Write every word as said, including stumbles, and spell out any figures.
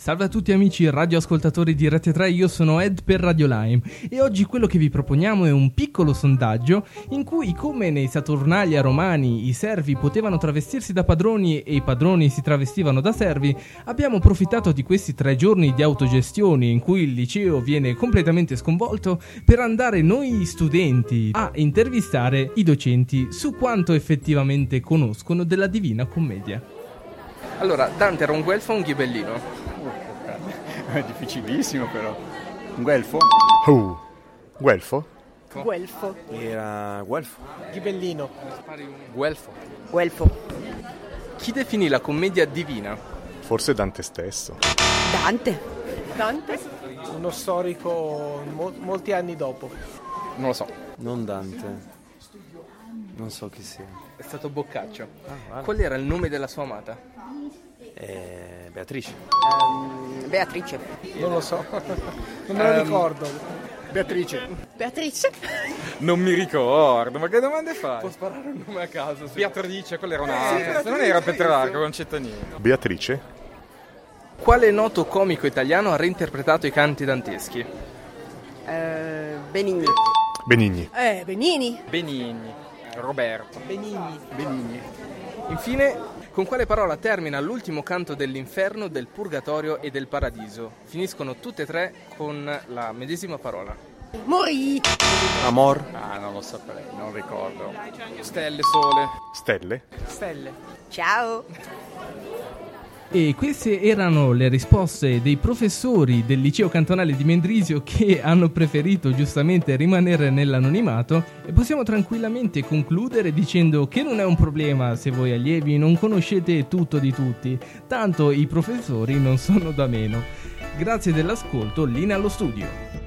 Salve a tutti amici radioascoltatori di Rete tre, io sono Ed per Radio Lime e oggi quello che vi proponiamo è un piccolo sondaggio in cui, come nei Saturnalia romani i servi potevano travestirsi da padroni e i padroni si travestivano da servi, abbiamo approfittato di questi tre giorni di autogestione in cui il liceo viene completamente sconvolto per andare noi studenti a intervistare i docenti su quanto effettivamente conoscono della Divina Commedia. Allora, Dante era un guelfo o un ghibellino? È difficilissimo però. Un guelfo? Uh, guelfo? Guelfo. Era guelfo. Ghibellino. Guelfo. Guelfo. Chi definì la commedia divina? Forse Dante stesso. Dante. Dante? Uno storico mo- molti anni dopo. Non lo so. Non Dante. Non so chi sia. È stato Boccaccio. Ah, vale. Qual era il nome della sua amata? Eh, Beatrice. Um, Beatrice. Non lo so. Non me lo Um, ricordo. Beatrice. Beatrice. Non mi ricordo, ma che domande fai? Può sparare un nome a caso. Sì. Beatrice, quella era un'altra. Se non era Petrarca, Concettanini. Beatrice? Quale noto comico italiano ha reinterpretato i canti danteschi? Eh, Benigni. Benigni. Eh, Benini. Benigni. Roberto. Benigni. Benigni. Infine, con quale parola termina l'ultimo canto dell'inferno, del purgatorio e del paradiso? Finiscono tutte e tre con la medesima parola. Morì. Amor. Ah, non lo saprei, non ricordo. Stelle, sole. Stelle? Stelle. Ciao. E queste erano le risposte dei professori del liceo cantonale di Mendrisio che hanno preferito giustamente rimanere nell'anonimato, e possiamo tranquillamente concludere dicendo che non è un problema se voi allievi non conoscete tutto di tutti, tanto i professori non sono da meno. Grazie dell'ascolto, linea allo studio.